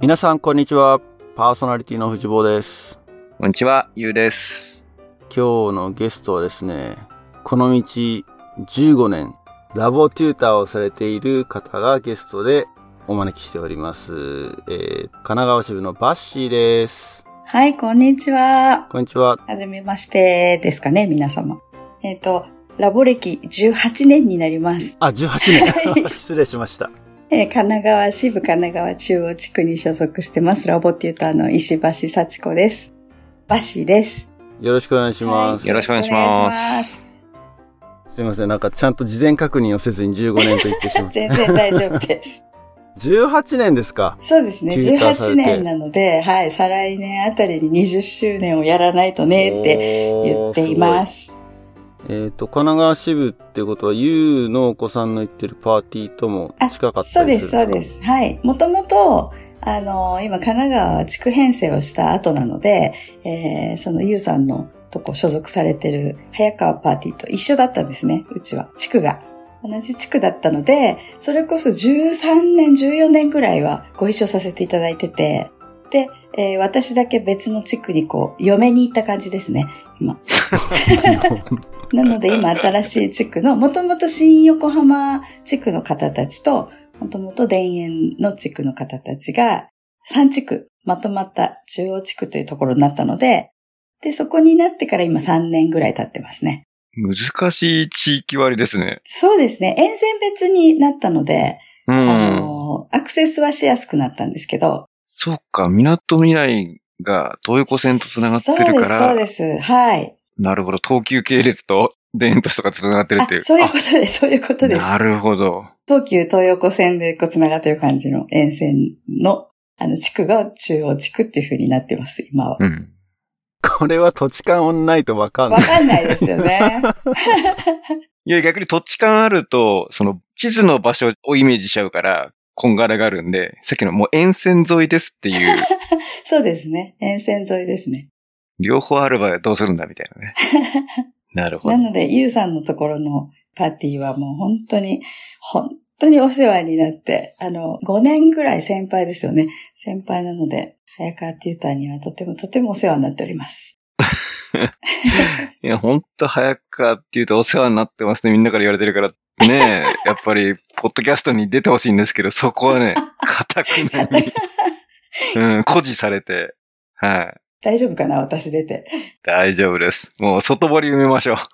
皆さんこんにちは。パーソナリティの藤坊です。 こんにちは、ゆうです。 今日のゲストはですね、この道15年ラボテューターをされている方がゲストでお招きしております。神奈川支部のバッシーです。 はい、こんにちは。 こんにちは。 はじめましてですかね、皆様。ラボ歴18年になります。 あ、18年。失礼しました。 神奈川支部神奈川中央地区に所属してます。ラボテューターの石橋幸子です。バッシーです。 よろしくお願いします。 はい、よろしくお願いします。 すいません、なんかちゃんと事前確認をせずに15年と言ってしまった。 全然大丈夫です。 18年ですか？ そうですね。18年なので、はい、再来年あたりに20周年をやらないとねって言っています。 神奈川支部っていうことは、ゆうのお子さんの行ってるパーティーとも近かったりするんですか？ そうです。はい。もともと、今、神奈川は地区編成をした後なので、そのゆうさんのとこ所属されてる早川パーティーと一緒だったんですね、うちは。地区が。同じ地区だったので、それこそ13年、14年くらいはご一緒させていただいてて、で、私だけ別の地区に嫁に行った感じですね、今。なので今新しい地区の、もともと新横浜地区の方たちと、もともと田園の地区の方たちが、3地区まとまった中央地区というところになったので、で、そこになってから今3年ぐらい経ってますね。 難しい地域割ですね。 そうですね。沿線別になったので、アクセスはしやすくなったんですけど。 そっか、港未来が東横線と繋がってるから。 そうです。はい。 なるほど。東急系列と田園都市とか繋がってるっていう。 そういうことです。 なるほど。 東急東横線で繋がってる感じの沿線の、地区が中央地区っていう風になってます、今は。 うん。これは土地勘ないとわかんない。 わかんないですよね。 いや、逆に土地勘あると、その地図の場所をイメージしちゃうから、こんがらがるんで、さっきのもう沿線沿いですっていう。 そうですね。沿線沿いですね。 両方ある場合はどうするんだみたいなね。なるほど。 なので、ゆうさんのところのパーティーはもう本当にお世話になって、5年ぐらい先輩ですよね。先輩なので、早川テューターにはとてもお世話になっております。 いや、ほんと早川って言うとお世話になってますね。みんなから言われてるからね。やっぱり、ポッドキャストに出てほしいんですけど、そこはね、固くなに、誇示されて、はい。 大丈夫かな、私出て。 大丈夫です。もう外堀埋めましょう。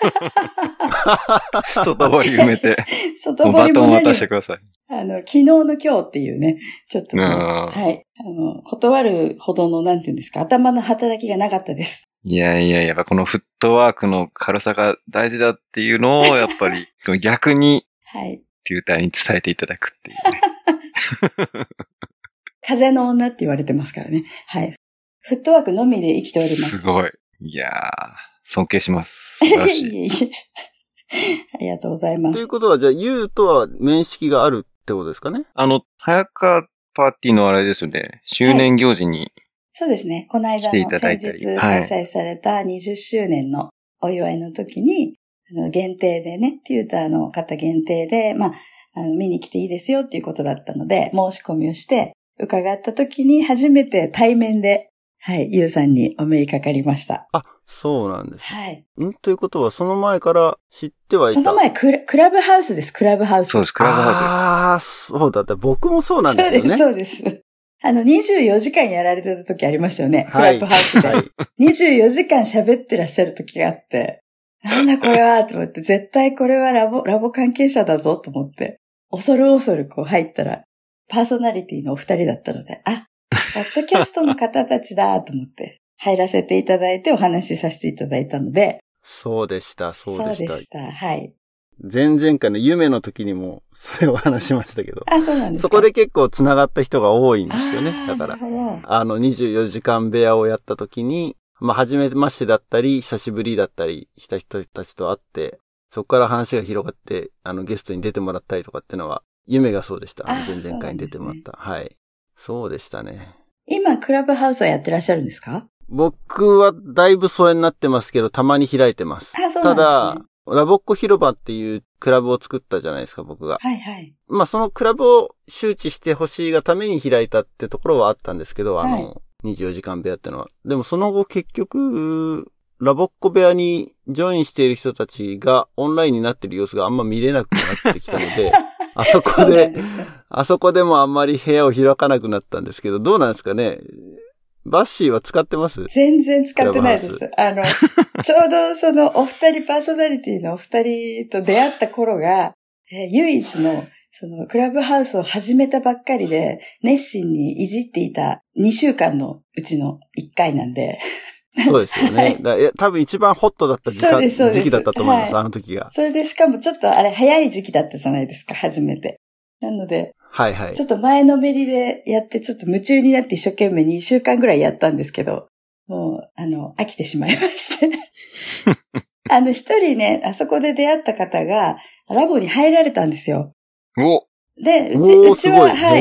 外堀埋めて。 外堀もバトン渡してください。 昨日の今日っていうね、ちょっとはい。断るほどの、なんていうんですか、頭の働きがなかったです。 いや、やっぱこのフットワークの軽さが大事だっていうのを、やっぱり逆に、はい。テューターに伝えていただくっていうね。 風の女って言われてますからね。はい。フットワークのみで生きております。 すごい。いやー、尊敬します。素晴らしい。 ありがとうございます。 ということは、じゃあ、ゆうとは面識があるってことですかね？ 早川パーティーのあれですよね。周年行事に、はい。 そうですね。この間の先日開催された20周年のお祝いの時に、限定でね、テューターの方限定で、見に来ていいですよっていうことだったので、申し込みをして伺った時に初めて対面で、はい、ゆうさんにお目にかかりました。 あ、そうなんです。 はい。 ということは、その前から知ってはいた。 その前、クラブハウスです、クラブハウス。 そうです、クラブハウスです。 ああ、そうだった。僕もそうなんですよね。 そうです。24時間やられてた時ありましたよね。 はい、 クラブハウスで。はい、24時間喋ってらっしゃる時があって、なんだこれはと思って、絶対これはラボ関係者だぞと思って、恐る入ったら、パーソナリティのお二人だったので、ポッドキャストの方たちだと思って、入らせていただいてお話しさせていただいたので。 そうでした。 そうでした。はい。 前々回の夢の時にもそれを話しましたけど。 そうなんですか。 そこで結構繋がった人が多いんですよね。だから、24時間部屋をやった時に、初めましてだったり、久しぶりだったりした人たちと会って、そこから話が広がって、ゲストに出てもらったりとかっていうのは、夢がそうでした。前々回に出てもらった。はい。そうでしたね。 今、クラブハウスはやってらっしゃるんですか？ 僕はだいぶ疎遠になってますけど、たまに開いてます。 そうなんですね。 ただ、 ラボっ子広場っていうクラブを作ったじゃないですか、僕が。 はいはい。 まあそのクラブを周知してほしいがために開いたってところはあったんですけど、24時間部屋ってのは。でもその後結局、ラボっ子部屋にジョインしている人たちがオンラインになってる様子があんま見れなくなってきたので、あそこでもあんまり部屋を開かなくなったんですけど、どうなんですかね。バッシーは使ってます？ 全然使ってないです。ちょうどそのお二人、パーソナリティのお二人と出会った頃が、唯一のそのクラブハウスを始めたばっかりで熱心にいじっていた2週間のうちの1回なんで。 そうですよね。はい、多分一番ホットだった時期だったと思います、はい、あの時が。 それでしかもちょっとあれ早い時期だったじゃないですか、初めて。なので、 はいはい。 ちょっと前のめりでやって、ちょっと夢中になって一生懸命2週間ぐらいやったんですけど、もう、飽きてしまいまして。一人ね、あそこで出会った方が、ラボに入られたんですよ。 おで、うちは、はい、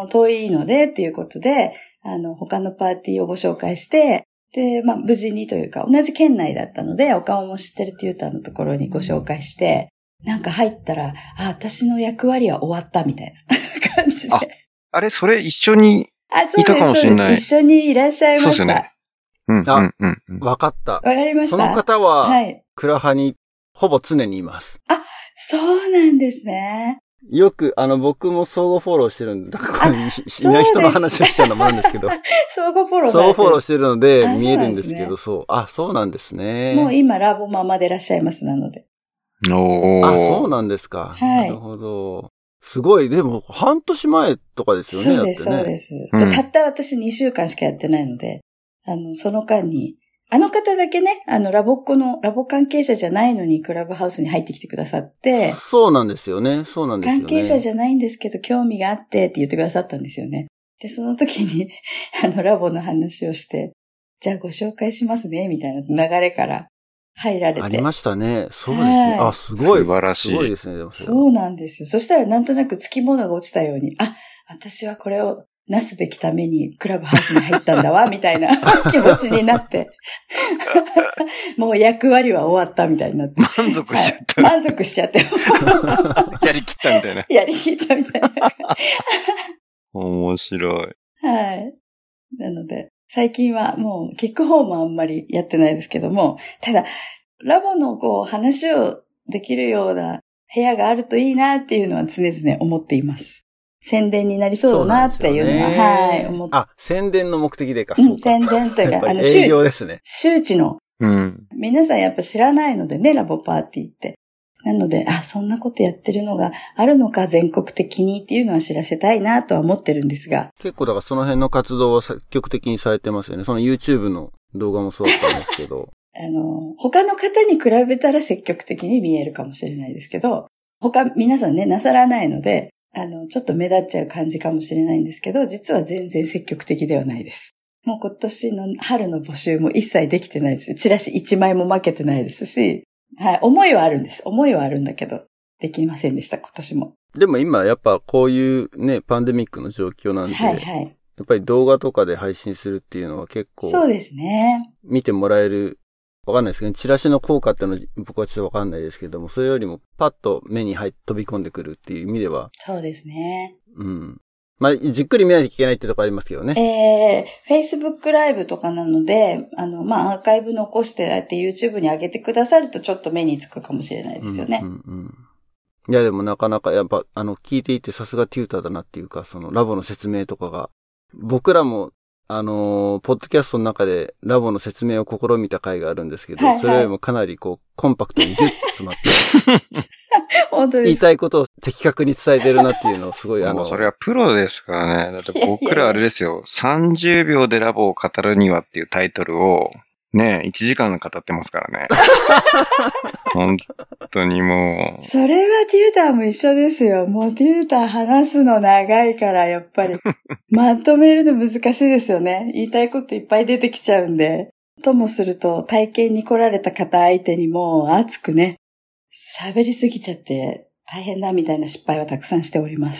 遠いので、っていうことで、他のパーティーをご紹介して、で、まあ、無事にというか、同じ県内だったので、お顔も知ってるテューターのところにご紹介して、なんか入ったら、私の役割は終わったみたいな感じで。 あれ、それ一緒にいたかもしれない。 一緒にいらっしゃいました。そうですよね。 わかった。 わかりました。 その方は、はい。クラハにほぼ常にいます。 あ、そうなんですね。 よく、僕も相互フォローしてるんで、だからこれいない人の話をしちゃうのもあるんですけど。 相互フォローしてるので見えるんですけど、そうなんですね。 もう今ラボママでいらっしゃいますなので。 そうなんですか。 はい。 なるほど。すごい、でも半年前とかですよね。 そうです、そうです。で、たった私2週間しかやってないので、その間に、あの方だけね、ラボ関係者じゃないのにクラブハウスに入ってきてくださって。 そうなんですよね。そうなんですよね。 関係者じゃないんですけど、興味があってって言ってくださったんですよね。で、その時に、ラボの話をして、じゃあご紹介しますね、みたいな流れから入られて。 ありましたね。そうですね。はい、すごい。 素晴らしい。 すごいですね。でもそうなんですよ。そしたらなんとなく付き物が落ちたように、私はこれをなすべきためにクラブハウスに入ったんだわ、みたいな気持ちになって。もう役割は終わったみたいになって。 満足しちゃった。 満足しちゃって。 やりきったみたいな。 やりきったみたいな。 面白い。 はい。なので、最近はもう聞く方もあんまりやってないですけども、ただ、ラボの話をできるような部屋があるといいなっていうのは常々思っています。宣伝になりそうだなっていうのは、はい、思って。 宣伝の目的でか、 そうか。宣伝というか、 営業ですね。 周知の。皆さんやっぱ知らないのでね、ラボパーティーって。なので、そんなことやってるのがあるのか全国的にっていうのは知らせたいなとは思ってるんですが。 結構だからその辺の活動を積極的にされてますよね。その YouTube の動画もそうだったんですけど。 他の方に比べたら積極的に見えるかもしれないですけど、皆さんね、なさらないので、ちょっと目立っちゃう感じかもしれないんですけど、実は全然積極的ではないです。もう今年の春の募集も一切できてないです。チラシ1枚も負けてないですし、はい、思いはあるんです。思いはあるんだけど、できませんでした、今年も。 でも今やっぱこういうね、パンデミックの状況なんで、 はいはい。 やっぱり動画とかで配信するっていうのは結構、 そうですね。 見てもらえる、わかんないですけど、チラシの効果っていうのは僕はちょっとわかんないですけども、それよりもパッと目に飛び込んでくるっていう意味では。 そうですね。 うん。まあ、じっくり見ないといけないってとこありますけどね。 Facebook ライブとかなので、アーカイブ残してあって YouTube に上げてくださるとちょっと目につくかもしれないですよね。 いやでもなかなかやっぱ、聞いていてさすがテューターだなっていうか、そのラボの説明とかが、僕らも、ポッドキャストの中でラボの説明を試みた回があるんですけど、はいはい、それよりもかなりコンパクトにギュッと詰まって、 本当です。 言いたいことを的確に伝えてるなっていうのをすごいもうそれはプロですからね。だって僕らあれですよ、30秒でラボを語るにはっていうタイトルを、ね、1時間語ってますからね。本当にもう。 それはテューターも一緒ですよ。もうテューター話すの長いからやっぱりまとめるの難しいですよね。言いたいこといっぱい出てきちゃうんで。ともすると体験に来られた方相手にも熱くね、喋りすぎちゃって大変だみたいな失敗はたくさんしております。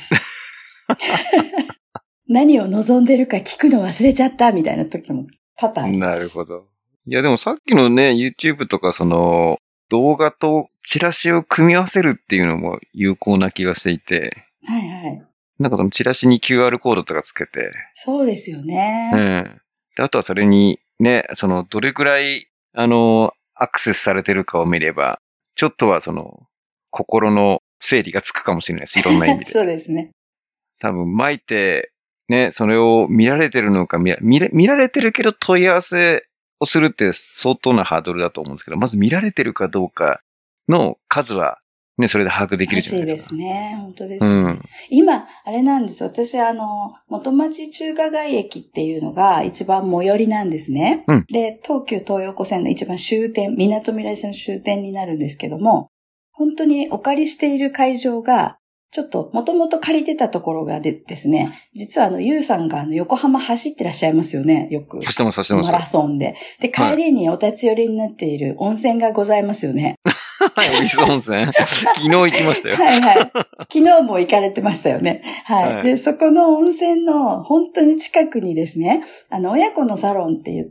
何を望んでるか聞くの忘れちゃったみたいな時も多々あります。 なるほど。いやでもさっきのね、YouTube とか動画とチラシを組み合わせるっていうのも有効な気がしていて。 はいはい。 なんかそのチラシに QR コードとかつけて。 そうですよね。 うん。で、あとはそれにね、どれくらい、アクセスされてるかを見れば、ちょっとは心の整理がつくかもしれないです。いろんな意味で。 そうですね。 多分巻いて、ね、それを見られてるのか見られてるけど問い合わせをするって相当なハードルだと思うんですけど、まず見られてるかどうかの数は、ね、それで把握できるじゃないですか。 欲しいですね。本当ですね。うん、今、あれなんです。私、元町中華街駅っていうのが一番最寄りなんですね。うん、で、東急東横線の一番終点、港未来線の終点になるんですけども、本当にお借りしている会場が、ちょっと、もともと借りてたところがですね、実はゆうさんが横浜走ってらっしゃいますよね、よく。 走ってます。 マラソンで。で、帰りにお立ち寄りになっている温泉がございますよね。 はい、恵比寿温泉。昨日行きましたよ。 はいはい。昨日も行かれてましたよね。はい。はい、で、そこの温泉の本当に近くにですね、親子のサロンって言って、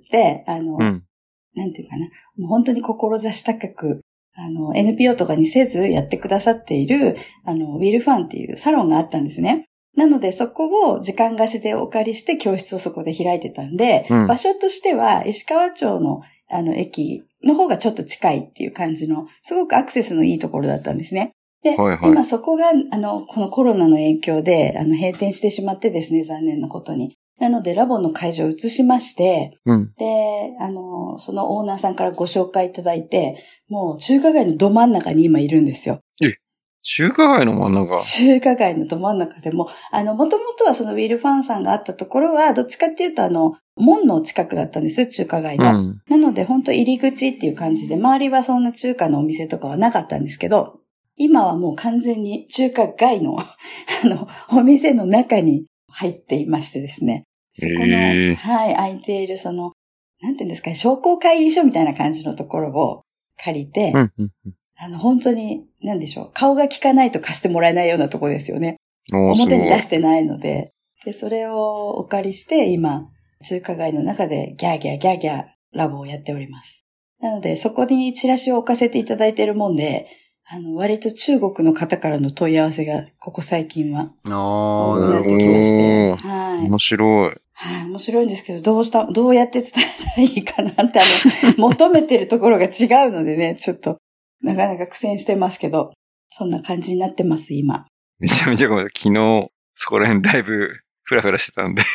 なんていうかな、もう本当に志高く、NPO とかにせずやってくださっている、ウィルファンっていうサロンがあったんですね。なので、そこを時間貸しでお借りして教室をそこで開いてたんで、場所としては石川町の駅の方がちょっと近いっていう感じの、すごくアクセスのいいところだったんですね。で、はいはい、今そこが、このコロナの影響で、閉店してしまってですね、残念なことに。なので、ラボの会場を移しまして、で、そのオーナーさんからご紹介いただいて、もう中華街のど真ん中に今いるんですよ。 中華街の真ん中？ 中華街のど真ん中でも、もともとはそのウィルファンさんがあったところは、どっちかっていうと門の近くだったんですよ、中華街の。なので、本当入り口っていう感じで、周りはそんな中華のお店とかはなかったんですけど、今はもう完全に中華街の、お店の中に入っていましてですね。そこの、はい、空いているなんていうんですかね、商工会議所みたいな感じのところを借りて、本当に、なんでしょう、顔が利かないと貸してもらえないようなところですよね。表に出してないので。で、それをお借りして、今、中華街の中でギャーギャーラボをやっております。なので、そこにチラシを置かせていただいているもんで、割と中国の方からの問い合わせが、ここ最近は、多くなってきまして。はい。 面白い。 はい、面白いんですけど、どうやって伝えたらいいかなって、求めてるところが違うのでね、ちょっと、なかなか苦戦してますけど、そんな感じになってます、今。 めちゃめちゃごめんなさい。昨日、そこら辺だいぶ、フラフラしてたんで。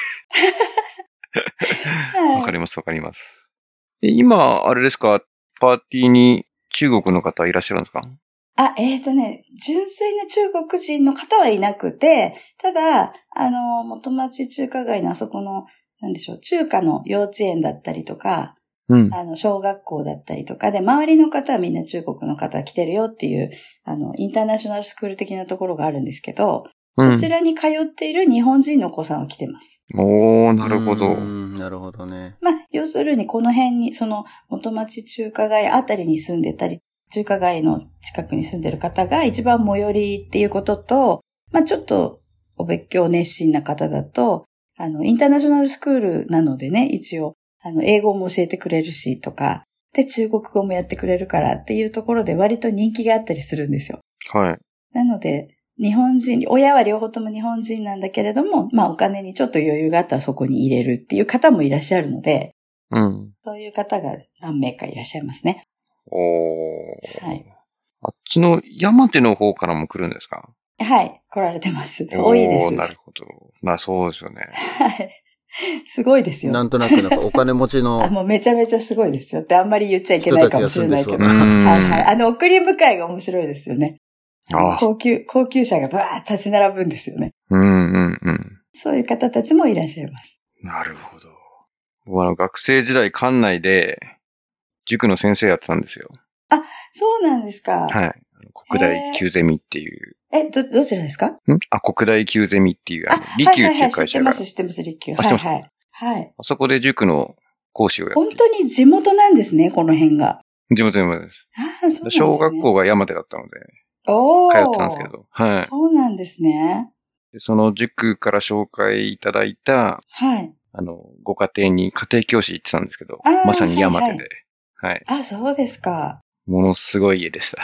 わかります。今、あれですか、パーティーに中国の方いらっしゃるんですか？ 純粋な中国人の方はいなくて、ただ、元町中華街のあそこの、なんでしょう、中華の幼稚園だったりとか、小学校だったりとかで、周りの方はみんな中国の方来てるよっていう、インターナショナルスクール的なところがあるんですけど、そちらに通っている日本人の子さんは来てます。 おー、なるほど。 なるほどね。 要するにこの辺に、元町中華街あたりに住んでたり、中華街の近くに住んでる方が一番最寄りっていうことと、ちょっとお勉強熱心な方だと、インターナショナルスクールなのでね、一応、英語も教えてくれるしとか、で、中国語もやってくれるからっていうところで割と人気があったりするんですよ。 はい。 なので、日本人、親は両方とも日本人なんだけれども、お金にちょっと余裕があったらそこに入れるっていう方もいらっしゃるので、そういう方が何名かいらっしゃいますね。はい。 あっちの山手の方からも来るんですか？ はい、来られてます。多いです。 なるほど。そうですよね。 はい。すごいですよ。 なんとなくお金持ちの。 もうめちゃめちゃすごいですよってあんまり言っちゃいけないかもしれないけど。はい。送り迎えが面白いですよね。高級車がバーッ立ち並ぶんですよね。そういう方たちもいらっしゃいます。 なるほど。僕学生時代館内で塾の先生やってたんですよ。 あ、そうなんですか。 はい。国大旧ゼミっていう。 どちらですか？ 国大旧ゼミっていう、利休っていう会社が。 知ってます、利休。 はい。あそこで塾の講師をやって。 本当に地元なんですね、この辺が。 地元です。 そうなんですね。 小学校が山手だったので。通ってたんですけど。はい。 そうなんですね。 でその塾から紹介いただいた、 はい。 ご家庭に家庭教師行ってたんですけど、まさに山手で。はい。 そうですか。 ものすごい家でした。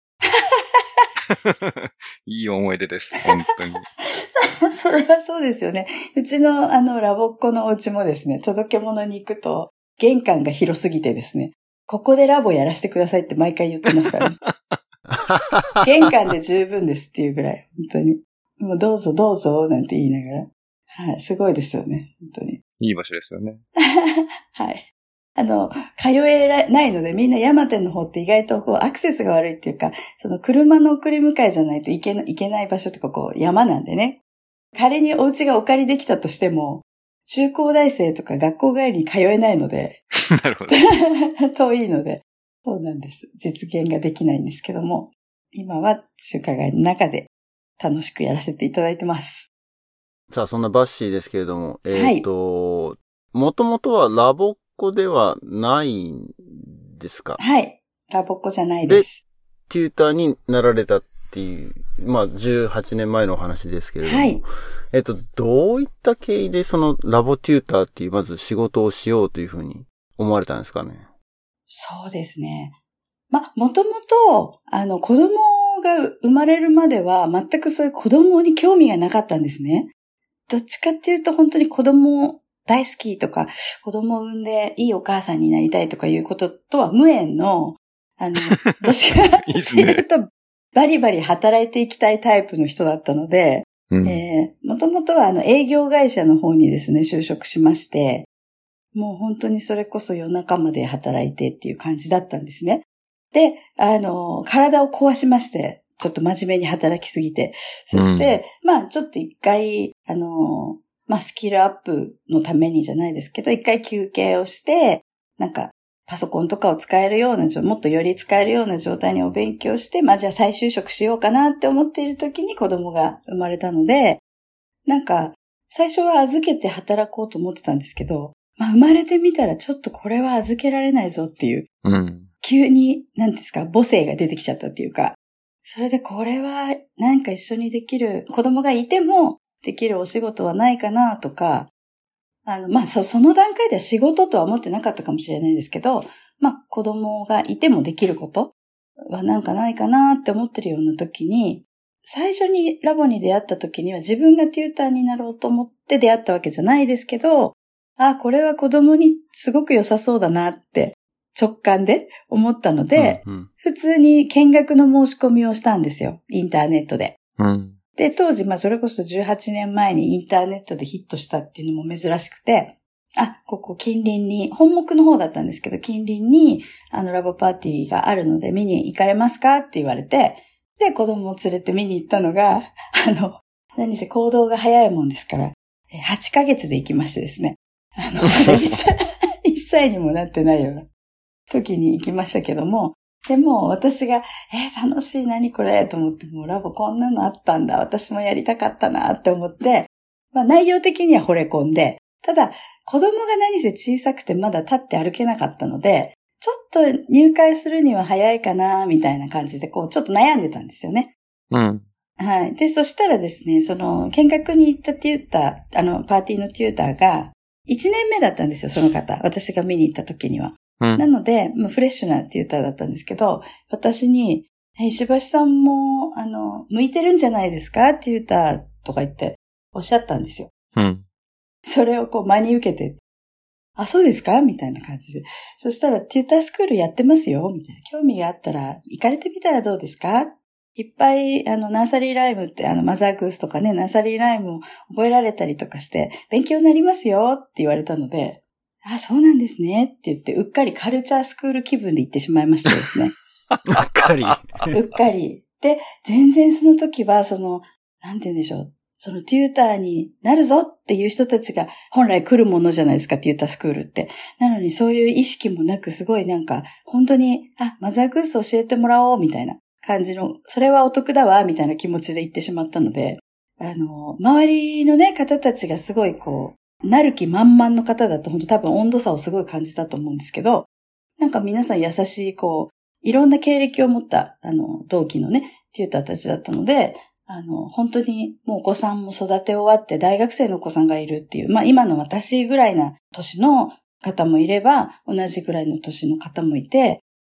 いい思い出です、本当に。 それはそうですよね。うちのラボっ子のお家もですね、届け物に行くと、玄関が広すぎてですね、ここでラボやらせてくださいって毎回言ってますからね。玄関で十分ですっていうぐらい、本当に。もうどうぞどうぞなんて言いながら。はい、すごいですよね、本当に。 いい場所ですよね。 はい。通えないのでみんな山手の方って意外とこうアクセスが悪いっていうか、その車の送り迎えじゃないといけない場所とかこう山なんでね。仮にお家がお借りできたとしても、中高大生とか学校帰りに通えないので、 なるほど。 遠いので、そうなんです。実現ができないんですけども、今は中華街の中で楽しくやらせていただいてます。 さあ、そんなバッシーですけれども、 はい。 もともとはラボっ子ではないんですか？ はい。ラボっ子じゃないです。 テューターになられたっていう、まあ、18年前のお話ですけれども、 はい。 どういった経緯でそのラボテューターっていうまず仕事をしようというふうに思われたんですかね？ そうですね。もともと、子供が生まれるまでは全くそういう子供に興味がなかったんですね。どっちかっていうと本当に子供大好きとか、子供を産んでいいお母さんになりたいとかいうこととは無縁の、どっちかっていうと、バリバリ働いていきたいタイプの人だったので、もともとは営業会社の方にですね、就職しまして、もう本当にそれこそ夜中まで働いてっていう感じだったんですね。で、体を壊しまして、ちょっと真面目に働きすぎて。そして、ちょっと一回、スキルアップのためにじゃないですけど、一回休憩をして、パソコンとかを使えるような、もっとより使えるような状態にお勉強して、じゃあ再就職しようかなって思っている時に子供が生まれたので、最初は預けて働こうと思ってたんですけど、生まれてみたらちょっとこれは預けられないぞっていう、急に、母性が出てきちゃったっていうか、それでこれは一緒にできる、子供がいてもできるお仕事はないかなとか、その段階では仕事とは思ってなかったかもしれないですけど、子供がいてもできることはないかなって思ってるような時に、最初にラボに出会った時には自分がテューターになろうと思って出会ったわけじゃないですけど、これは子供にすごく良さそうだなって直感で思ったので、普通に見学の申し込みをしたんですよ。インターネットで。で、当時、それこそ18年前にインターネットでヒットしたっていうのも珍しくて、ここ近隣に、本木の方だったんですけど、近隣にラボパーティーがあるので見に行かれますかって言われて、で、子供を連れて見に行ったのが、何せ行動が早いもんですから、8ヶ月で行きましてですね。1歳にもなってないような時に行きましたけども、でも私が、楽しい何これと思って、もうラボこんなのあったんだ、私もやりたかったなって思って、内容的には惚れ込んで、ただ子供が何せ小さくてまだ立って歩けなかったので、ちょっと入会するには早いかなみたいな感じで、ちょっと悩んでたんですよね。はい。で、そしたらですね、見学に行ったテューター、パーティーのテューターが、1年目だったんですよ、その方。私が見に行った時には。なので、フレッシュなテューターだったんですけど、私に、石橋さんも、向いてるんじゃないですかテューターとか言っておっしゃったんですよ。それを真に受けて、そうですかみたいな感じで。そしたら、テュータースクールやってますよみたいな。興味があったら、行かれてみたらどうですかいっぱい、ナーサリーライムって、マザーグースとかね、ナーサリーライムを覚えられたりとかして、勉強になりますよって言われたので、そうなんですねって言って、うっかりカルチャースクール気分で行ってしまいましてですね。 うっかり。 うっかり。で、全然その時は、なんて言うんでしょう。テューターになるぞっていう人たちが本来来るものじゃないですか、テュータースクールって。なのにそういう意識もなく、すごい本当に、マザーグース教えてもらおうみたいな感じの、それはお得だわ、みたいな気持ちで行ってしまったので、周りのね、方たちがすごいなる気満々の方だと本当多分温度差をすごい感じたと思うんですけど、皆さん優しいいろんな経歴を持った同期のね、テューターたちだったので、本当にもうお子さんも育て終わって大学生のお子さんがいるっていう、今の私ぐらいな年の方もいれば、同じぐらいの年の方もいて、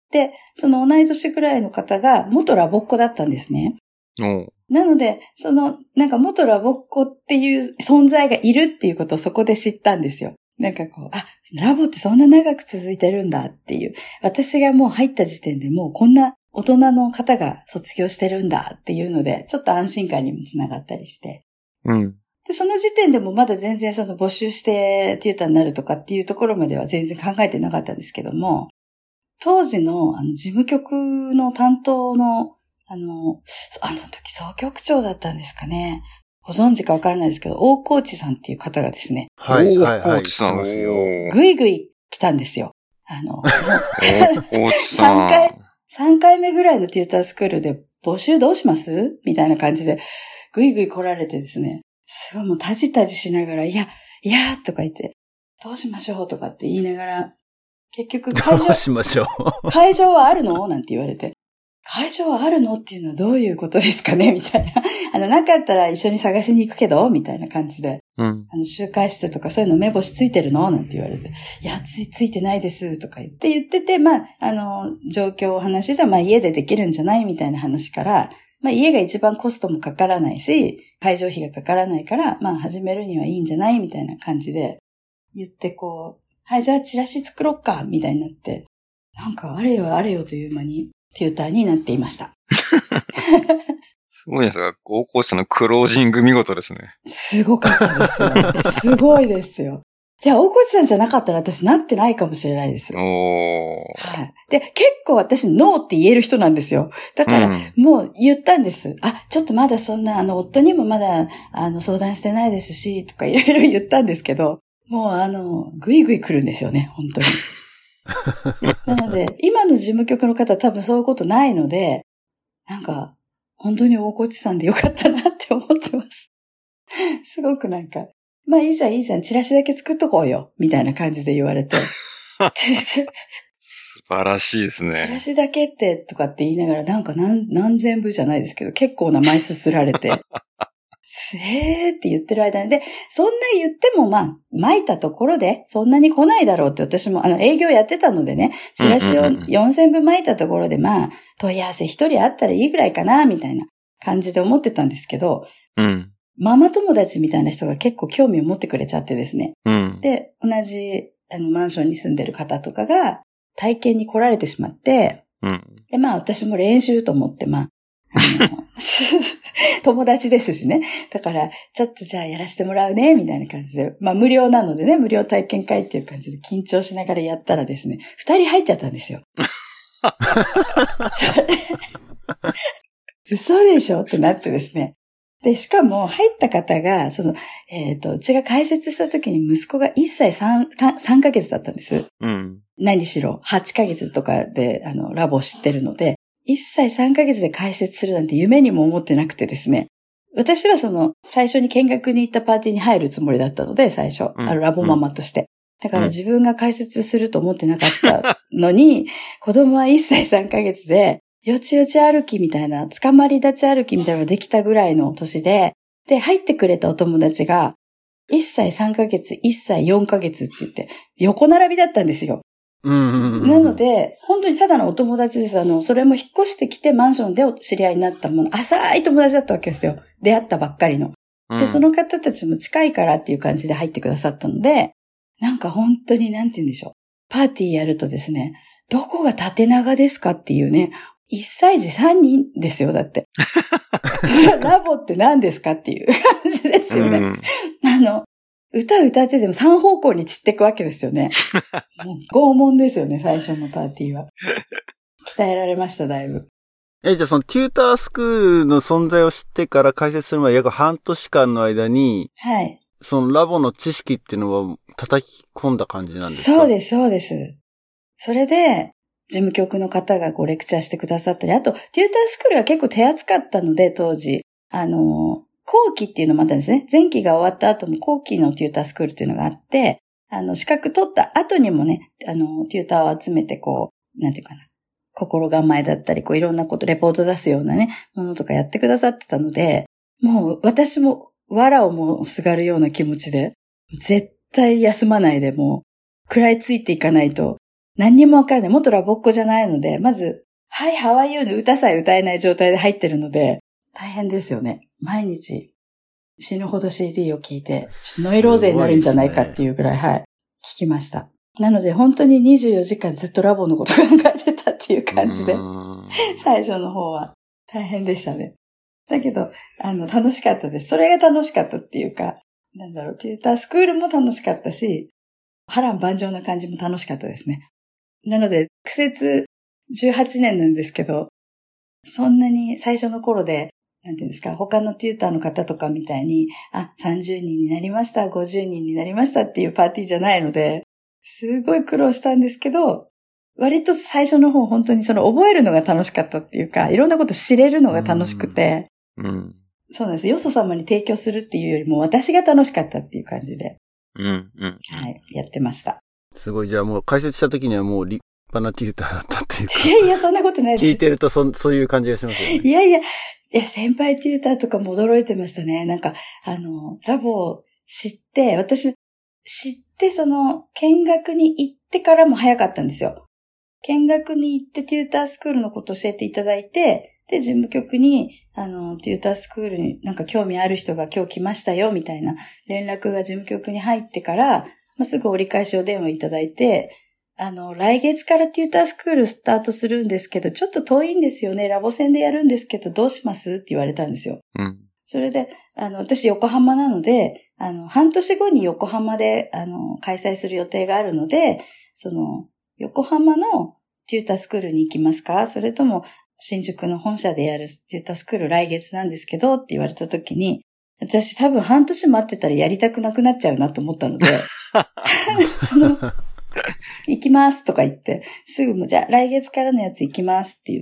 で、その同い年ぐらいの方が元ラボっ子だったんですね。なので、なんか元ラボっ子っていう存在がいるっていうことをそこで知ったんですよ。なんかこう、ラボってそんな長く続いてるんだっていう。私がもう入った時点でもうこんな大人の方が卒業してるんだっていうので、ちょっと安心感にもつながったりして。 うん。 で、その時点でもまだ全然募集してテューターになるとかっていうところまでは全然考えてなかったんですけども、当時の事務局の担当のあの時総局長だったんですかね。ご存知かわからないですけど、大河内さんっていう方がですね。 はい、はい、 大河内さん。 ぐいぐい来たんですよ。 大河内さん。 3回目ぐらいのテュータースクールで募集どうしますみたいな感じで、ぐいぐい来られてですね。すごいもうタジタジしながら、いやとか言って、どうしましょうとかって言いながら、結局どうしましょう会場はあるのなんて言われて、会場はあるのっていうのはどういうことですかねみたいな。なかったら一緒に探しに行くけどみたいな感じで。 うん。 集会室とかそういうの目星ついてるのなんて言われて。いや、ついてないです。とか言ってて、状況を話して、家でできるんじゃないみたいな話から、家が一番コストもかからないし、会場費がかからないから、始めるにはいいんじゃないみたいな感じで言ってはい、じゃあチラシ作ろっかみたいになって、なんかあれよという間にテューターになっていました。 すごいですが、大河内さんのクロージング見事ですね。 すごかったですよ。すごいですよ。いや、大河内さんじゃなかったら私なってないかもしれないですよ。はい。で、結構私ノーって言える人なんですよ。だから、もう言ったんです。ちょっとまだそんな、夫にもまだ、相談してないですし、とかいろいろ言ったんですけど、もうぐいぐい来るんですよね、本当に。なので、今の事務局の方多分そういうことないので、なんか、本当に大河内さんでよかったなって思ってます。すごくなんか、いいじゃん、チラシだけ作っとこうよ、みたいな感じで言われて。 素晴らしいですね。 チラシだけって、とかって言いながら、なんか何千部じゃないですけど、結構な枚数すられて。って言ってる間に。で、そんな言っても撒いたところで、そんなに来ないだろうって私も、営業やってたのでね、チラシを4000部撒いたところで、問い合わせ一人あったらいいぐらいかな、みたいな感じで思ってたんですけど、ママ友達みたいな人が結構興味を持ってくれちゃってですね。で、同じ、マンションに住んでる方とかが体験に来られてしまって、で、私も練習と思って、友達ですしね。だから、ちょっとじゃあやらせてもらうね、みたいな感じで。無料なのでね、無料体験会っていう感じで緊張しながらやったらですね、2人入っちゃったんですよ。嘘でしょってなってですね。で、しかも入った方が、うちが開設した時に息子が1歳3ヶ月だったんです。何しろ8ヶ月とかで、ラボを知ってるので、1歳3ヶ月で開設するなんて夢にも思ってなくてですね。私は最初に見学に行ったパーティーに入るつもりだったので、最初。ラボママとして。だから自分が開設すると思ってなかったのに、子供は1歳3ヶ月で、よちよち歩きみたいな、捕まり立ち歩きみたいなのができたぐらいの年で、入ってくれたお友達が、1歳3ヶ月、1歳4ヶ月って言って、横並びだったんですよ。なので、本当にただのお友達です。それも引っ越してきてマンションでお知り合いになったもの、浅い友達だったわけですよ。出会ったばっかりの。で、その方たちも近いからっていう感じで入ってくださったので、なんか本当になんて言うんでしょう。パーティーやるとですね、どこが縦長ですかっていうね、1歳児3人ですよ、だって。ラボって何ですかっていう感じですよね。歌ってても3方向に散っていくわけですよね。拷問ですよね、最初のパーティーは。鍛えられました、だいぶ。 じゃあそのテュータースクールの存在を知ってから開設するまで約半年間の間に、 はい。 そのラボの知識っていうのは叩き込んだ感じなんですか？ そうです、そうです。それで、事務局の方がレクチャーしてくださったり、あと、テュータースクールは結構手厚かったので、当時。後期っていうのもあったんですね。前期が終わった後も後期のテュータースクールっていうのがあって、資格取った後にもね、テューターを集めてなんていうかな、心構えだったり、いろんなこと、レポート出すようなね、ものとかやってくださってたので、もう私も、藁をもすがるような気持ちで、絶対休まないでもう、食らいついていかないと、 何にもわからない。元ラボっ子じゃないので、まず、はい、How are you の歌さえ歌えない状態で入ってるので、大変ですよね。毎日、死ぬほど CD を聴いて、ノイローゼになるんじゃないかっていうぐらい、はい、聞きました。なので、本当に24時間ずっとラボのこと考えてたっていう感じで、最初の方は大変でしたね。だけど、楽しかったです。それが楽しかったっていうか、テュータースクールも楽しかったし、波乱万丈な感じも楽しかったですね。なので、苦節18年なんですけど、そんなに最初の頃で、なんていうんですか、他のテューターの方とかみたいに、30人になりました、50人になりましたっていうパーティーじゃないので、すごい苦労したんですけど、割と最初の方本当に覚えるのが楽しかったっていうか、いろんなこと知れるのが楽しくて、そうなんです。よそ様に提供するっていうよりも私が楽しかったっていう感じで、はい、やってました。 すごい、じゃあもう解説した時にはもう立派なテューターだったっていうか。 いや、そんなことないです。 聞いてるとそういう感じがしますよね。 いや、先輩テューターとかも驚いてましたね。なんか、ラボを知って、私、知って見学に行ってからも早かったんですよ。見学に行ってテュータースクールのこと教えていただいて、で、事務局に、テュータースクールになんか興味ある人が今日来ましたよ、みたいな連絡が事務局に入ってから、すぐ折り返しお電話いただいて、来月からテュータースクールスタートするんですけど、ちょっと遠いんですよね。ラボ戦でやるんですけど、どうしますって言われたんですよ。それで、私横浜なので、半年後に横浜で、開催する予定があるので、横浜のテュータースクールに行きますか？それとも、新宿の本社でやるテュータースクール来月なんですけどって言われた時に、私多分半年待ってたらやりたくなくなっちゃうなと思ったので、行きますとか言って、すぐじゃあ来月からのやつ行きますって言って、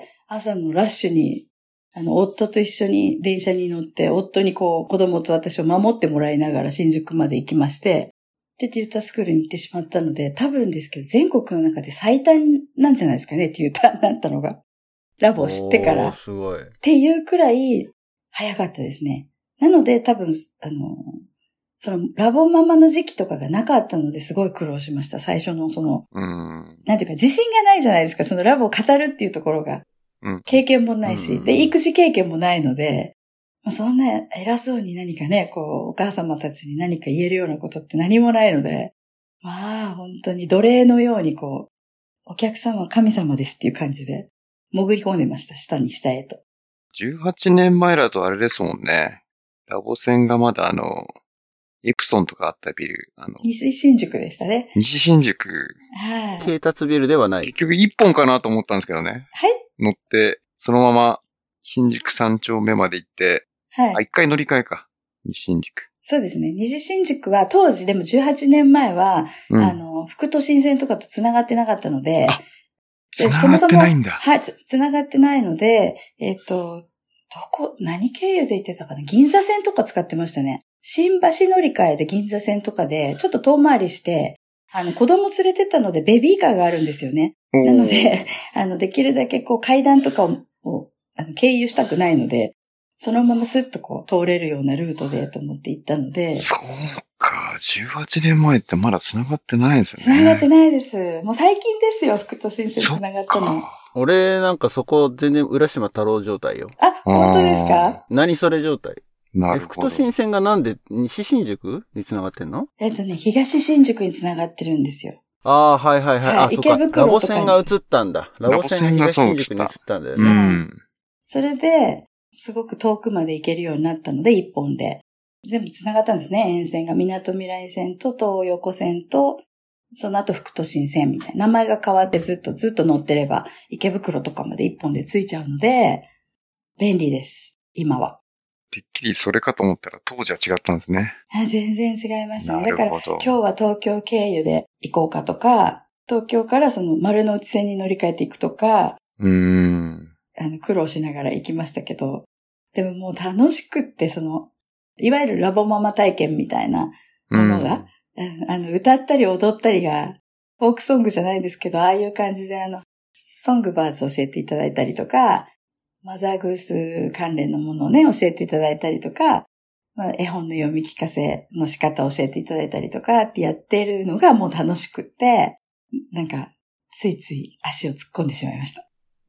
朝のラッシュに、夫と一緒に電車に乗って、夫に子供と私を守ってもらいながら新宿まで行きまして、で、テュータースクールに行ってしまったので、多分ですけど全国の中で最短なんじゃないですかね、テューターになったのが。ラボを知ってから。 すごい。 っていうくらい早かったですね。なので多分、ラボママの時期とかがなかったのですごい苦労しました。最初のなんていうか自信がないじゃないですか。ラボを語るっていうところが。経験もないし。で、育児経験もないので、そんな偉そうに何かね、お母様たちに何か言えるようなことって何もないので、本当に奴隷のようにお客様は神様ですっていう感じで、潜り込んでました。下へと。 18年前だとあれですもんね。ラボ戦がまだエプソンとかあったビル。 西新宿でしたね。 西新宿。 はい。 京達ビルではない。 結局1本かなと思ったんですけどね。 はい。 乗って、そのまま新宿3丁目まで行って、はい。一回乗り換えか。西新宿。 そうですね。西新宿は当時でも18年前は、副都心線とかと繋がってなかったので、 繋がってないんだ。 はい、繋がってないので、何経由で行ってたかな？銀座線とか使ってましたね。新橋乗り換えで銀座線とかで、ちょっと遠回りして、子供連れてったのでベビーカーがあるんですよね。なので、できるだけ階段とかを経由したくないので、そのままスッと通れるようなルートでと思って行ったので。 そうか、18年前ってまだ繋がってないですよね。 繋がってないです。もう最近ですよ、副都心線繋がったの。 俺なんかそこ全然浦島太郎状態よ。 本当ですか？ 何それ状態。 なるほど。 副都心線がなんで西新宿に繋がってんの？ 東新宿に繋がってるんですよ。 はい。 池袋とかラボ線が移ったんだ。ラボ線が東新宿に移ったんだよね。 それで、すごく遠くまで行けるようになったので、一本で。全部繋がったんですね、沿線が。港未来線と東横線と、その後副都心線みたいな。名前が変わってずっと乗ってれば、池袋とかまで一本で着いちゃうので、便利です。今は。 てっきりそれかと思ったら当時は違ったんですね。 全然違いましたね。だから今日は東京経由で行こうかとか、東京から丸の内線に乗り換えていくとか、苦労しながら行きましたけど、でももう楽しくって、いわゆるラボママ体験みたいなものが、歌ったり踊ったりが、フォークソングじゃないですけど、ああいう感じでソングバーズ教えていただいたりとか、マザーグース関連のものをね、教えていただいたりとか、絵本の読み聞かせの仕方を教えていただいたりとかってやってるのがもう楽しくって、なんかついつい足を突っ込んでしまいました。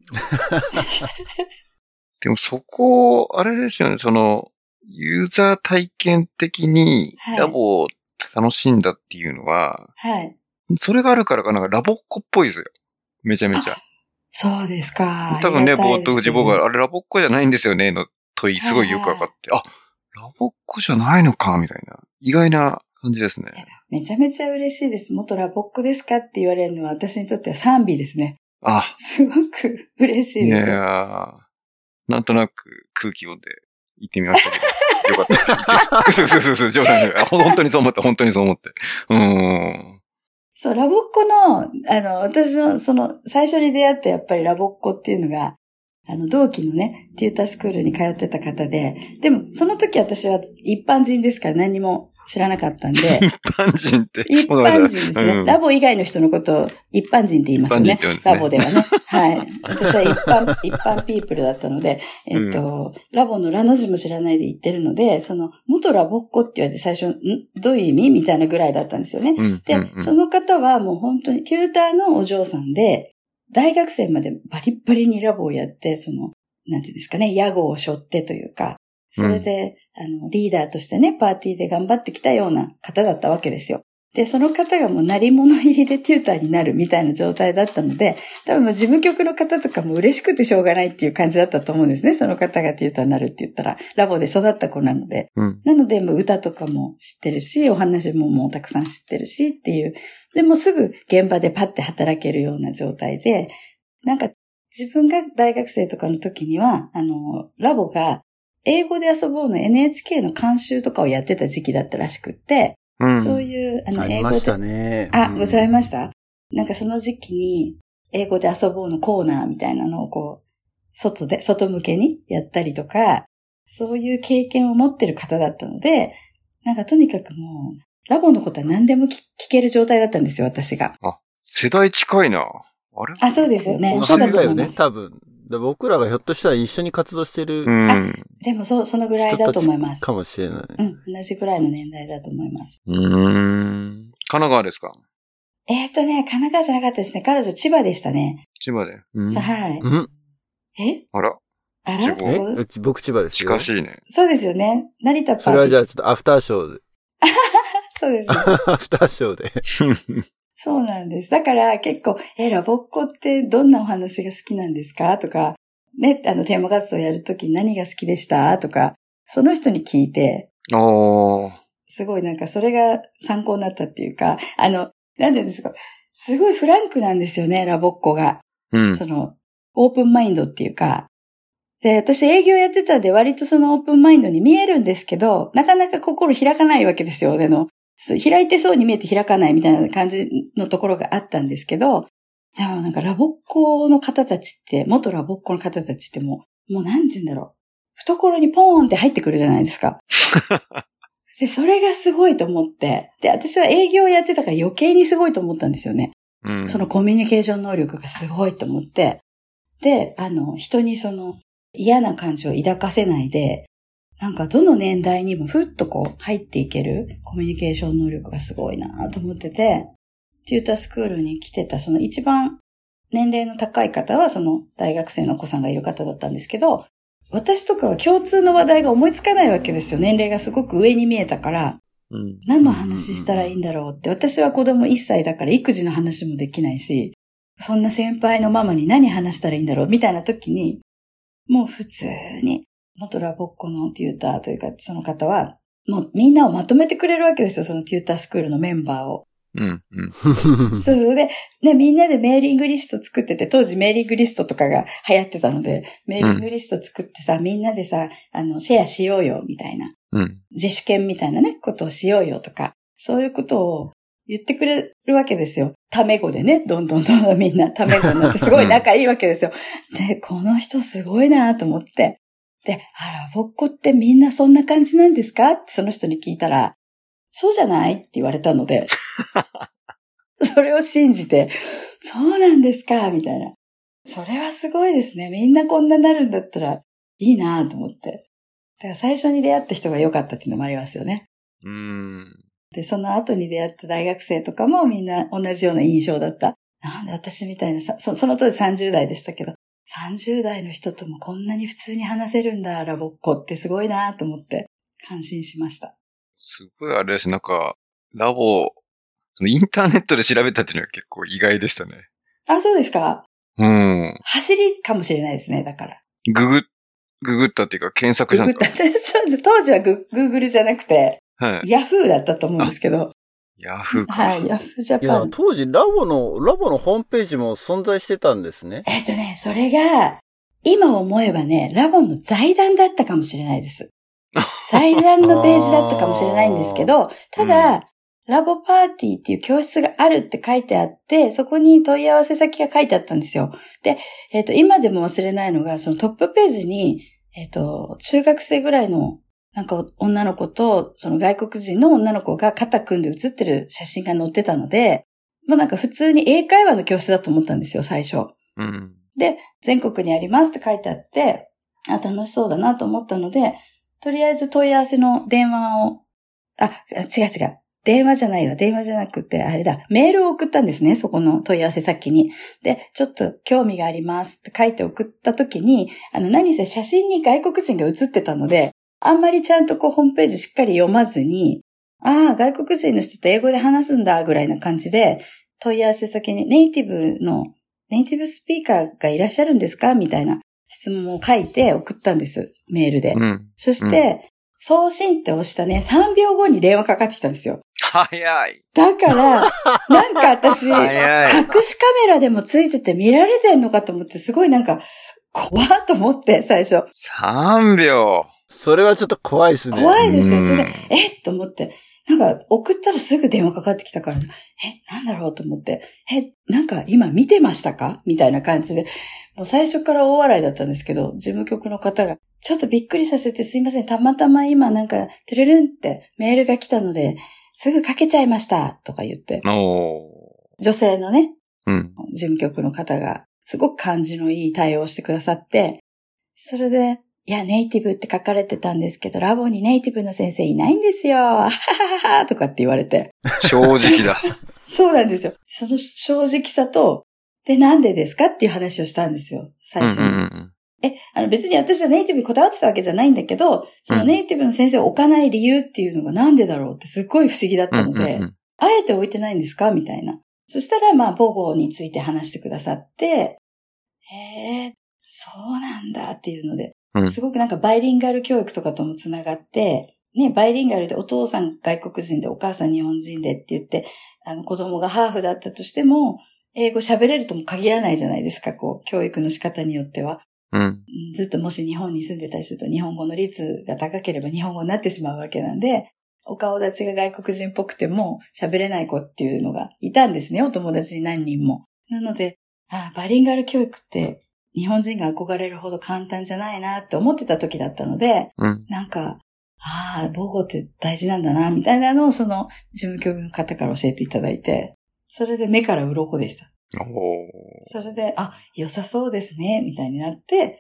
でもそこ、あれですよね、ユーザー体験的にラボを楽しんだっていうのは、 はい。 それがあるからかなんかラボっ子っぽいですよ。めちゃめちゃ。 そうですか。 多分ね、冒頭藤坊が、あれラボっ子じゃないんですよね、の問い、すごいよくわかって、ラボっ子じゃないのか、みたいな。意外な感じですね。 めちゃめちゃ嬉しいです。元ラボっ子ですかって言われるのは私にとっては賛美ですね。すごく嬉しいです。 いやなんとなく空気読んで行ってみましたけど。よかった。そう、冗談で。本当にそう思った、本当にそう思って。 そう、ラボっ子の、私の、最初に出会ったやっぱりラボっ子っていうのが、同期のね、テュータースクールに通ってた方で、でも、その時私は一般人ですから何も知らなかったんで。 一般人って。 一般人ですね。ラボ以外の人のことを一般人って言いますよね。ラボではね。はい。私は一般ピープルだったので、ラボのラの字も知らないで言ってるので、元ラボっ子って言われて最初、どういう意味みたいなぐらいだったんですよね。で、その方はもう本当にテューターのお嬢さんで、大学生までバリッバリにラボをやって、なんていうんですかね、屋号を背負ってというか、それで、リーダーとしてね、パーティーで頑張ってきたような方だったわけですよ。で、その方がもう鳴り物入りでテューターになるみたいな状態だったので、多分事務局の方とかも嬉しくてしょうがないっていう感じだったと思うんですね。その方がテューターになるって言ったら、ラボで育った子なので。なので、もう歌とかも知ってるし、お話ももうたくさん知ってるしっていう。でもすぐ現場でパッて働けるような状態で、なんか自分が大学生とかの時には、ラボが英語で遊ぼうの NHK の監修とかをやってた時期だったらしくって、そういう、英語で。 ありましたね。 ございました。なんかその時期に、英語で遊ぼうのコーナーみたいなのを外向けにやったりとか、そういう経験を持ってる方だったので、なんかとにかくもう、ラボのことは何でも聞ける状態だったんですよ、私が。 世代近いな。あれ？ そうですよね。 そうだよね、多分。僕らがひょっとしたら一緒に活動してる。 でもそのぐらいだと思います。 かもしれない。 同じぐらいの年代だと思います。 神奈川ですか？ 神奈川じゃなかったですね。彼女千葉でしたね。 千葉で。 はい。 あら僕千葉ですよ。 近しいね。 そうですよね。成田パーティー。 それはじゃあちょっとアフターショーで。 そうです、ね。 アフターショーで。 そうなんです。だから結構、ラボっ子ってどんなお話が好きなんですかとか、ね、テーマ活動やるときに何が好きでしたとか、その人に聞いて、すごいなんかそれが参考になったっていうか、なんていうんですか、すごいフランクなんですよね、ラボっ子が。オープンマインドっていうか。で、私営業やってたんで割とそのオープンマインドに見えるんですけど、なかなか心開かないわけですよ、開いてそうに見えて開かないみたいな感じのところがあったんですけど、でもなんかラボっ子の方たちって、元ラボっ子の方たちってもうなんて言うんだろう。懐にポーンって入ってくるじゃないですか。で、それがすごいと思って、で、私は営業やってたから余計にすごいと思ったんですよね。そのコミュニケーション能力がすごいと思って。で、人に嫌な感じを抱かせないで、なんかどの年代にもふっと入っていけるコミュニケーション能力がすごいなと思ってて、テュータースクールに来てた一番年齢の高い方は大学生のお子さんがいる方だったんですけど、私とかは共通の話題が思いつかないわけですよ。年齢がすごく上に見えたから、何の話したらいいんだろうって。私は子供1歳だから育児の話もできないし、そんな先輩のママに何話したらいいんだろうみたいな時に、もう普通に元ラボっ子のテューターというか、その方は、もうみんなをまとめてくれるわけですよ、そのテュータースクールのメンバーを。そうで、ね、みんなでメーリングリスト作ってて、当時メーリングリストとかが流行ってたので、メーリングリスト作ってさ、みんなでさ、シェアしようよ、みたいな。自主権みたいなね、ことをしようよとか、そういうことを言ってくれるわけですよ。タメ語でね、どんどんみんなタメ語になってすごい仲いいわけですよ。で、この人すごいなと思って。で、ラボっ子ってみんなそんな感じなんですかってその人に聞いたら、そうじゃないって言われたので、それを信じて、そうなんですかみたいな。それはすごいですね。みんなこんなになるんだったらいいなと思って。だから最初に出会った人が良かったっていうのもありますよね。で、その後に出会った大学生とかもみんな同じような印象だった。 なんで私みたいなその当時30代でしたけど、30代の人ともこんなに普通に話せるんだ、ラボっ子ってすごいなと思って感心しました。 すごいあれです。なんか、ラボ、そのインターネットで調べたっていうのは結構意外でしたね。 あ、そうですか？ うん。 走りかもしれないですね、だから。 ググったっていうか検索したんですか？ そうです。当時はグーグルじゃなくて、 はい。 ヤフーだったと思うんですけど。 ヤフーか。 はい、ヤフージャいや、 パン。 当時ラボのホームページも存在してたんですね。 それが、今思えばね、ラボの財団だったかもしれないです。財団のページだったかもしれないんですけど、ただ、ラボパーティーっていう教室があるって書いてあって、そこに問い合わせ先が書いてあったんですよ。で、今でも忘れないのが、そのトップページに、中学生ぐらいの、なんか女の子と、その外国人の女の子が肩組んで写ってる写真が載ってたので、もうなんか普通に英会話の教室だと思ったんですよ、最初。 うん。で、 全国にありますって書いてあって、楽しそうだなと思ったので、とりあえず問い合わせの電話を、違う。電話じゃなくて、あれだ、メールを送ったんですね、そこの問い合わせ先に。で、ちょっと興味がありますって書いて送った時に、何せ写真に外国人が写ってたので、あんまりちゃんとホームページしっかり読まずに、外国人の人と英語で話すんだ、ぐらいな感じで、問い合わせ先にネイティブスピーカーがいらっしゃるんですかみたいな質問を書いて送ったんです。メールで。そして、送信って押したね、3秒後に電話かかってきたんですよ。 早い。 だから、なんか私、隠しカメラでもついてて見られてんのかと思って、すごいなんか、怖っと思って、最初。 3秒。 それはちょっと怖いですね。 怖いですよ。それで、と思って。なんか、送ったらすぐ電話かかってきたから、なんだろうと思って、なんか今見てましたかみたいな感じで、もう最初から大笑いだったんですけど、事務局の方が、ちょっとびっくりさせてすいません、たまたま今なんか、トゥルルンってメールが来たので、すぐかけちゃいました、とか言って。女性のね、事務局の方が、すごく感じのいい対応をしてくださって、それで、いや、ネイティブって書かれてたんですけど、ラボにネイティブの先生いないんですよ。ははははとかって言われて。 正直だ。 そうなんですよ。その正直さと、で、なんでですかっていう話をしたんですよ、最初に。別に私はネイティブにこだわってたわけじゃないんだけど、そのネイティブの先生を置かない理由っていうのがなんでだろうってすっごい不思議だったので、あえて置いてないんですかみたいな。そしたら、母語について話してくださって、そうなんだっていうので、すごくなんかバイリンガル教育とかともつながって、ね、バイリンガルでお父さん外国人でお母さん日本人でって言って、子供がハーフだったとしても、英語喋れるとも限らないじゃないですか、教育の仕方によっては。ずっともし日本に住んでたりすると日本語の率が高ければ日本語になってしまうわけなんで、お顔立ちが外国人っぽくても喋れない子っていうのがいたんですね、お友達に何人も。なので、バイリンガル教育って日本人が憧れるほど簡単じゃないなって思ってた時だったので、なんか、母語って大事なんだな、みたいなのをその事務局の方から教えていただいて、それで目から鱗でした。それで、良さそうですね、みたいになって、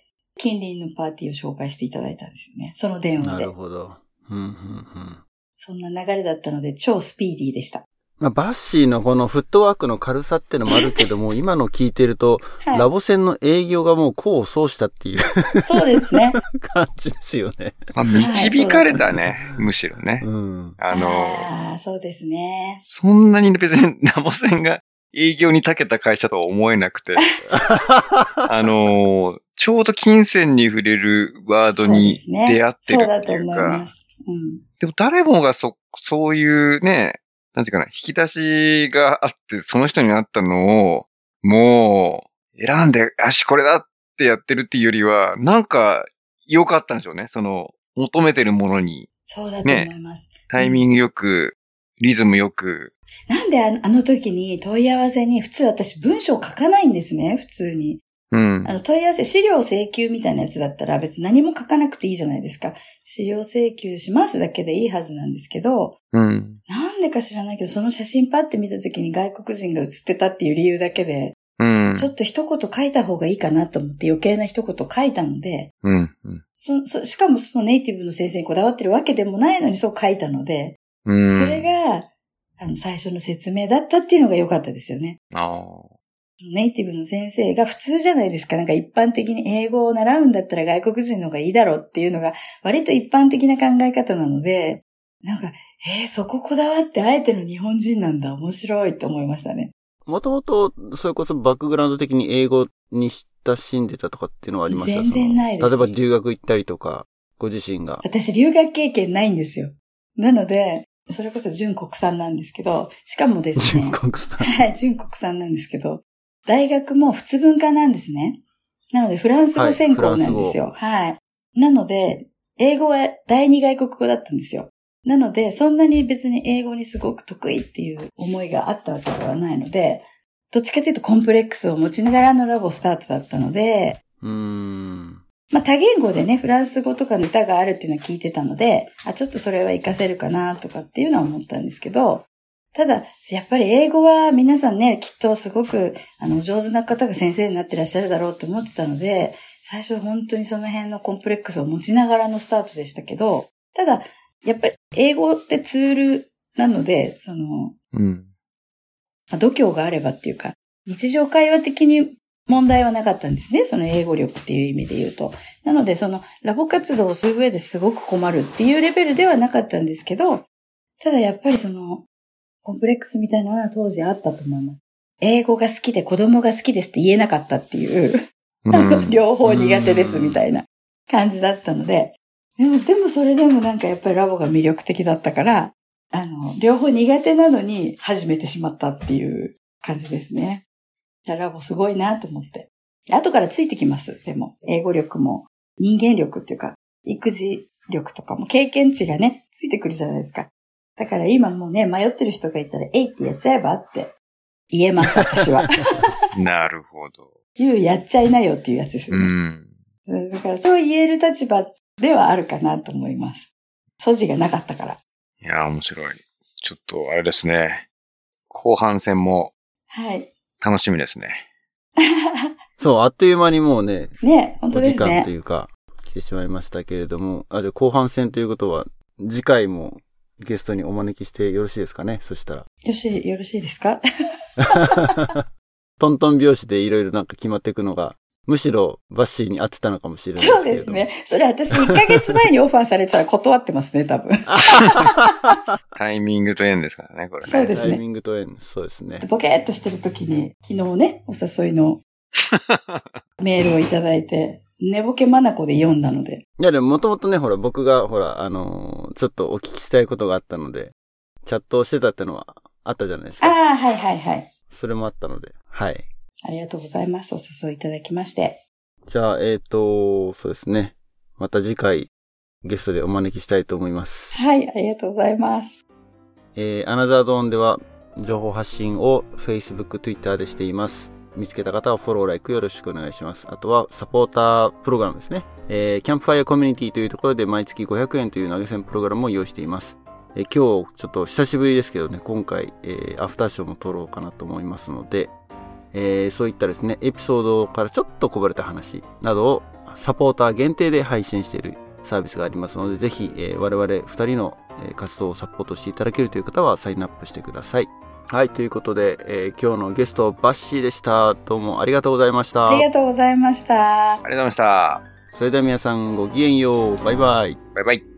近隣のパーティーを紹介していただいたんですよね。その電話で。 なるほど。 そんな流れだったので、超スピーディーでした。 バッシーのこのフットワークの軽さってのもあるけども、今の聞いてると、ラボ戦の営業がもう功を奏したっていうそうですね。 感じですよね。 導かれたね、むしろね。 そうですね。 そんなに別にラボ戦が営業に長けた会社とは思えなくて、ちょうど金銭に触れるワードに出会ってるっていうか、そうだと思います。でも誰もがそういうね、なんていうかな、引き出しがあって、その人になったのを、もう、選んで、これだってやってるっていうよりは、なんか、良かったんでしょうね。求めてるものに。 そうだと思います。 タイミングよく、リズムよく。 なんであの時に問い合わせに、普通私文章書かないんですね、普通に。問い合わせ、資料請求みたいなやつだったら別に何も書かなくていいじゃないですか。資料請求しますだけでいいはずなんですけど、なんでか知らないけど、その写真パッて見た時に外国人が写ってたっていう理由だけで、ちょっと一言書いた方がいいかなと思って余計な一言書いたので、しかもそのネイティブの先生にこだわってるわけでもないのにそう書いたので、それが、最初の説明だったっていうのが良かったですよね。 ネイティブの先生が普通じゃないですか。なんか一般的に英語を習うんだったら外国人の方がいいだろうっていうのが割と一般的な考え方なので、なんか、そここだわってあえての日本人なんだ。面白いって思いましたね。 もともと、それこそバックグラウンド的に英語に親しんでたとかっていうのはありました？ 全然ないです。 例えば留学行ったりとか、ご自身が。 私留学経験ないんですよ。なので、それこそ純国産なんですけど、しかもですね。 純国産。 はい、純国産なんですけど、大学も仏文科なんですね。なので、フランス語専攻なんですよ。はい。なので、英語は第二外国語だったんですよ。なので、そんなに別に英語にすごく得意っていう思いがあったわけではないので、どっちかというとコンプレックスを持ちながらのラボスタートだったので、まあ多言語でね、フランス語とかの歌があるっていうのは聞いてたので、ちょっとそれは活かせるかなとかっていうのは思ったんですけど、ただ、やっぱり英語は皆さんね、きっとすごく、上手な方が先生になってらっしゃるだろうと思ってたので、最初本当にその辺のコンプレックスを持ちながらのスタートでしたけど、ただ、やっぱり英語ってツールなので、度胸があればっていうか、日常会話的に問題はなかったんですね。その英語力っていう意味で言うと。なので、そのラボ活動をする上ですごく困るっていうレベルではなかったんですけど、ただやっぱりその、コンプレックスみたいなのは当時あったと思います。英語が好きで子供が好きですって言えなかったっていう、両方苦手ですみたいな感じだったので、でもそれでもなんかやっぱりラボが魅力的だったから、両方苦手なのに始めてしまったっていう感じですね。ラボすごいなと思って。後からついてきます。でも、英語力も人間力っていうか、育児力とかも経験値がね、ついてくるじゃないですか。だから今もうね、迷ってる人がいたら、えいってやっちゃえばって言えます、私は。 なるほど。 やっちゃいなよっていうやつですよね。だからそう言える立場ではあるかなと思います。素地がなかったから。 いや、面白い。ちょっとあれですね。後半戦も。はい。楽しみですね。 そう、あっという間にもうね。 ね、本当ですね。 お時間というか、来てしまいましたけれども。じゃあ後半戦ということは、次回もゲストにお招きしてよろしいですかね、そしたら。よろしいですかトントン拍子でいろいろなんか決まっていくのが、むしろバッシーに合ってたのかもしれないですけれども。 そうですね。それ私1ヶ月前にオファーされたら断ってますね、多分。 タイミングと縁ですからね、これね。 そうですね。 タイミングと縁、そうですね。 ボケーっとしてる時に、昨日ね、お誘いのメールをいただいて、寝ぼけまなこで読んだので。 いやでももともとね、ほら、僕が、ほら、ちょっとお聞きしたいことがあったので、チャットをしてたってのはあったじゃないですか。 はいはいはい。 それもあったので、はい。 ありがとうございます。お誘いいただきまして。 じゃあ、そうですね。また次回、ゲストでお招きしたいと思います。 はい、ありがとうございます。 アナザードーンでは、情報発信を Facebook、Twitter でしています。見つけた方はフォロー、ライクよろしくお願いします。あとは、サポータープログラムですね。キャンプファイアコミュニティというところで毎月500円という投げ銭プログラムを用意しています。今日、ちょっと久しぶりですけどね、今回、アフターショーも撮ろうかなと思いますので、そういったですね、エピソードからちょっとこぼれた話などをサポーター限定で配信しているサービスがありますので、ぜひ、我々2人の活動をサポートしていただけるという方はサインアップしてください。はい、ということで、今日のゲストバッシーでした。どうもありがとうございました。 ありがとうございました。 ありがとうございました。 それでは皆さんごきげんよう。バイバイ。 バイバイ。